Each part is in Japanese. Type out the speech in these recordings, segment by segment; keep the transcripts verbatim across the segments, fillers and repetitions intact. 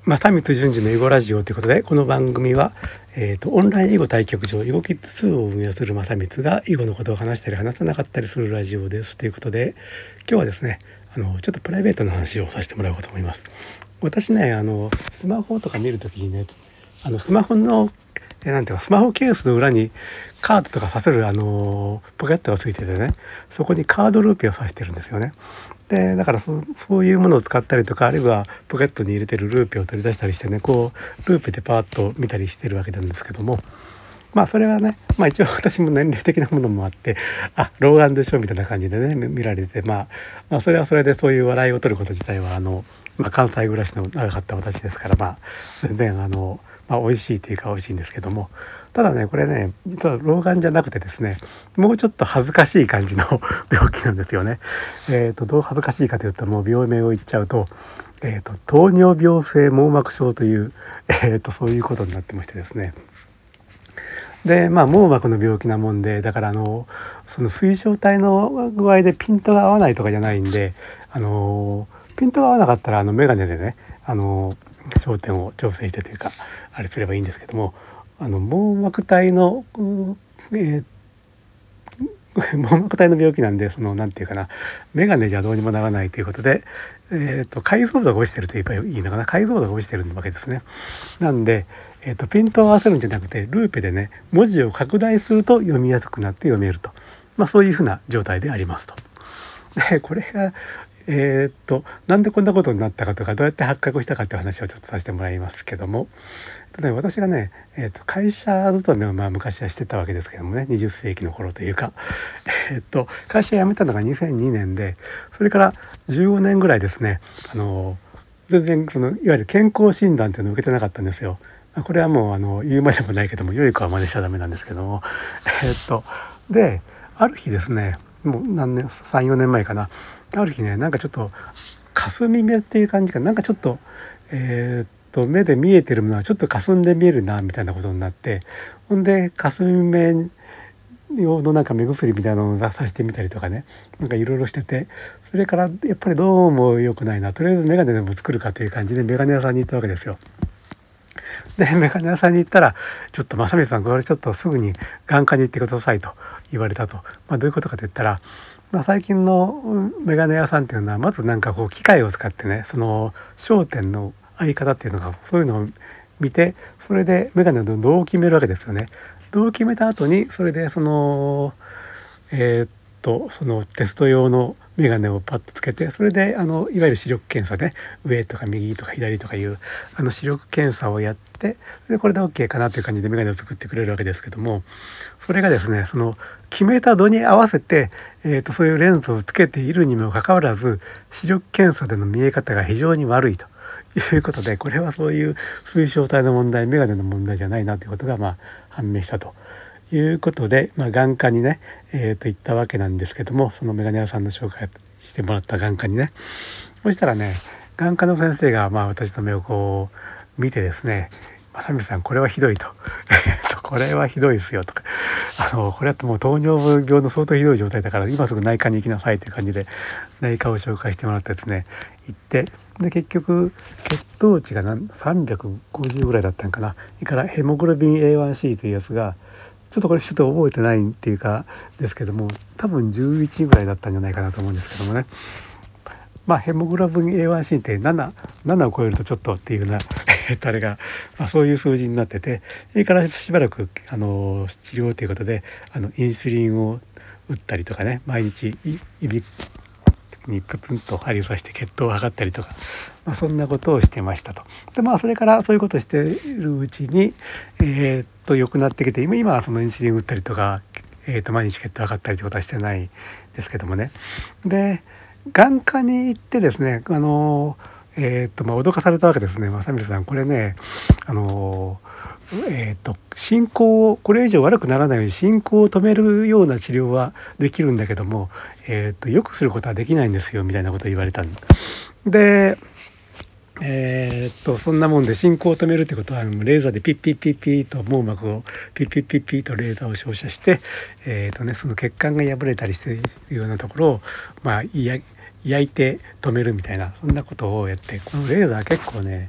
正光順次の囲碁ラジオということで、この番組は、えーと、オンライン囲碁対局場囲碁キッズツーを運営する正光が囲碁のことを話したり話さなかったりするラジオですということで、今日はですねあのちょっとプライベートな話をさせてもらおうと思います。私ねあのスマホとか見るときにねあのスマホのえなんていうかスマホケースの裏にカードとかさせるあのポケットがついててね、そこにカードルーペをさしてるんですよね。でだから そ, そういうものを使ったりとか、あるいはポケットに入れてるルーペを取り出したりしてね、こうルーペでパーッと見たりしてるわけなんですけども、まあそれはね、まあ一応私も年齢的なものもあって、あ老眼でしょみたいな感じでね見られて、まあ、まあそれはそれでそういう笑いを取ること自体はあの、まあ、関西暮らしの長かった私ですから、まあ全然あの、まあ、美味しいというか美味しいんですけども、ただねこれね実は老眼じゃなくてですね、もうちょっと恥ずかしい感じの病気なんですよね。えーとどう恥ずかしいかというと、もう病名を言っちゃうと、えーと糖尿病性網膜症という、えーとそういうことになってましてですね。でまあ網膜の病気なもんで、だからあのその水晶体の具合でピントが合わないとかじゃないんで、あのピントが合わなかったらあの眼鏡でねあの焦点を調整してというかあれすればいいんですけども、あの網膜体の、えー網膜体の病気なんで、そのなんていうかな、眼鏡じゃどうにもならないということで、えー、と解像度が落ちてると言えばいいのかな、解像度が落ちてるわけですね。なんで、えー、とピントを合わせるんじゃなくてルーペでね文字を拡大すると読みやすくなって読めると、まあ、そういうふうな状態でありますと。でこれがえー、っとなんでこんなことになったかとか、どうやって発覚したかっていう話をちょっとさせてもらいますけども、ね、私がね、えー、と会社勤めをまあ昔はしてたわけですけどもね、にじゅっ世紀の頃というか、えー、と会社辞めたのがにせんにねんで、それからじゅうごねんぐらいですね、あの全然そのいわゆる健康診断っていうのを受けてなかったんですよ。これはもうあの言うまでもないけども、良い子は真似しちゃダメなんですけども、えー、っとである日ですね、もう何年さんよねんまえかな、ある日ねなんかちょっと霞目っていう感じかなんかちょっとえー、っと目で見えてるものはちょっと霞んで見えるなみたいなことになって、ほんで霞目用のなんか目薬みたいなのを出させてみたりとかね、なんかいろいろしてて、それからやっぱりどうも良くないな、とりあえず眼鏡でも作るかという感じで眼鏡屋さんに行ったわけですよ。で眼鏡屋さんに行ったら、ちょっと正光さんこれちょっとすぐに眼科に行ってくださいと言われたと。まあ、どういうことかと言ったら、まあ、最近の眼鏡屋さんっていうのはまずなんかこう機械を使ってね、その焦点の合い方っていうのがそういうのを見て、それで眼鏡の度を決めるわけですよね。度を決めた後にそれでそのえーっとそのテスト用の眼鏡をパッとつけて、それであのいわゆる視力検査で、ね、上とか右とか左とかいうあの視力検査をやって、でこれで OK かなという感じで眼鏡を作ってくれるわけですけども、それがですねその決めた度に合わせて、えー、とそういうレンズをつけているにもかかわらず、視力検査での見え方が非常に悪いということで、これはそういう水晶体の問題、眼鏡の問題じゃないなということがまあ判明したということで、まあ、眼科にね、えー、と行ったわけなんですけども、その眼鏡屋さんの紹介してもらった眼科にね、そしたらね眼科の先生がまあ私の目をこう見てですね、正光さんこれはひどいとこれはひどいですよとか、あのこれはもう糖尿病の相当ひどい状態だから今すぐ内科に行きなさいという感じで内科を紹介してもらってですね行って、で結局血糖値がさんびゃくごじゅうぐらいだったんかな、それからヘモグロビン エーワンシー というやつがちょっとこれちょっと覚えてないっていうかですけども、多分じゅういちぐらいだったんじゃないかなと思うんですけどもね、まあヘモグロビン エーワンシー ってなな、ななを超えるとちょっとっていうようなあれが、まあ、そういう数字になってて、それからしばらくあの治療ということであのインスリンを打ったりとかね、毎日指にプツンと針を刺して血糖を測ったりとか、まあ、そんなことをしてましたと。でまあそれからそういうことをしているうちにえー、っと良くなってきて、今今はそのインスリン打ったりとか、えー、っと毎日血糖測ったりということはしてないですけどもね。で眼科に行ってですね、あのえー、っとまあ脅かされたわけですね。正光さんこれねあのえー、と進行をこれ以上悪くならないように進行を止めるような治療はできるんだけども、えー、と良くすることはできないんですよみたいなことを言われたんで、えー、とそんなもんで進行を止めるってことはレーザーでピッピッピッピッと網膜をピッピッピッピッとレーザーを照射して、えーとね、その血管が破れたりしているようなところを、まあ、焼いて止めるみたいな、そんなことをやって、このレーザー結構ね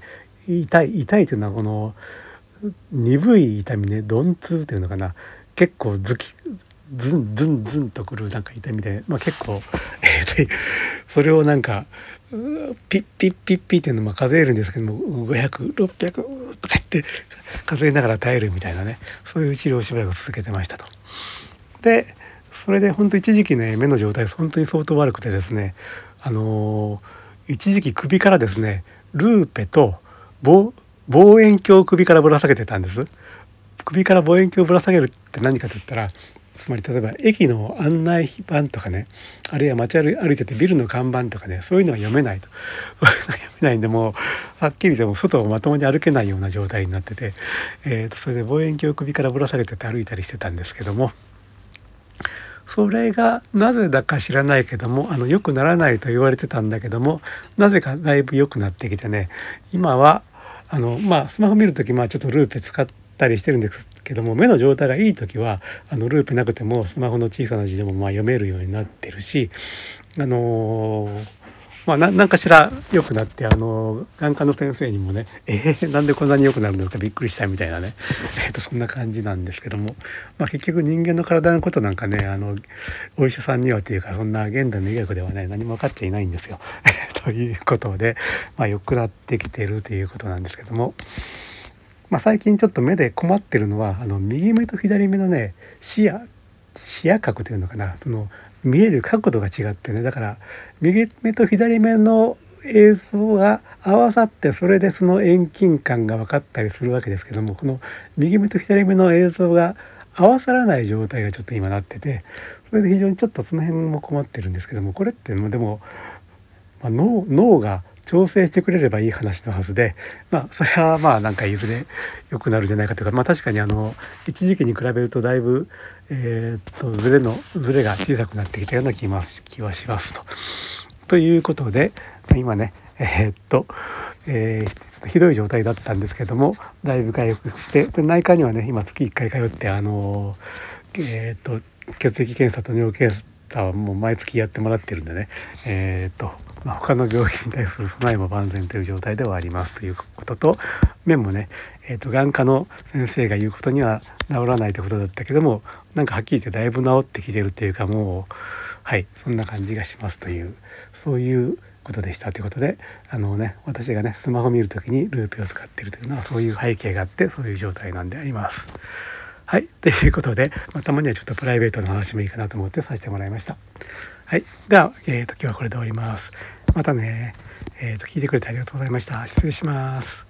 痛い痛いというのはこの鈍い痛みね、鈍痛というのかな、結構ズキズンズンズンとくるなんか痛みで、まあ、結構、えー、とそれをなんかピッピッピッピッっていうのも数えるんですけども、ごひゃく、ろっぴゃくとか言って数えながら耐えるみたいなね、そういう治療をしばらく続けてましたと。でそれで本当一時期ね、目の状態本当に相当悪くてですね、あのー、一時期首からですねルーペと望望遠鏡を首からぶら下げてたんです。首から望遠鏡をぶら下げるって何かと言ったら、つまり例えば駅の案内板とかね、あるいは街歩いててビルの看板とかね、そういうのは読めないと読めないんで、もうはっきり言っても外をまともに歩けないような状態になってて、えー、とそれで望遠鏡を首からぶら下げてて歩いたりしてたんですけども、それがなぜだか知らないけども、あの良くならないと言われてたんだけども、なぜかだいぶ良くなってきてね、今はあのまあスマホ見るとき、まあちょっとルーペ使ったりしてるんですけども、目の状態がいい時はあのルーペなくてもスマホの小さな字でもまあ読めるようになってるし、あのーまあ、何かしら良くなって、あの眼科の先生にもね、えー、なんでこんなに良くなるのかびっくりしたみたいなね、えー、とそんな感じなんですけども、まあ、結局人間の体のことなんかね、あのお医者さんにはというか、そんな現代の医学ではね何も分かっちゃいないんですよということで、まあ、良くなってきているということなんですけども、まあ、最近ちょっと目で困ってるのは、あの右目と左目のね視野視野角というのかな、その見える角度が違ってね、だから右目と左目の映像が合わさって、それでその遠近感が分かったりするわけですけども、この右目と左目の映像が合わさらない状態がちょっと今なってて、それで非常にちょっとその辺も困ってるんですけども、これってもうでも、まあ、脳, 脳が調整してくれればいい話のはずで、まあそれはまあなんかいずれ良くなるんじゃないかというか、まあ確かにあの一時期に比べるとだいぶえー、っとズレのズレが小さくなってきたような気は気はしますと。ということで今ねえー、っと、えー、ちょっとひどい状態だったんですけども、だいぶ回復して、で内科にはね今月いっかい通って、あのえー、っと血液検査と尿検査はもう毎月やってもらってるんでね、えー、っとまあ、他の病気に対する備えも万全という状態ではありますということと、目もね、えー、と眼科の先生が言うことには治らないということだったけども、なんかはっきり言ってだいぶ治ってきてるというか、もうはいそんな感じがしますという、そういうことでしたということで、あのね私がねスマホ見るときにルーペを使っているというのはそういう背景があって、そういう状態なんであります。はい、ということで、まあ、たまにはちょっとプライベートの話もいいかなと思ってさせてもらいました。はい、では、えー、と今日はこれで終わります。またね、えー、と聞いてくれてありがとうございました。失礼します。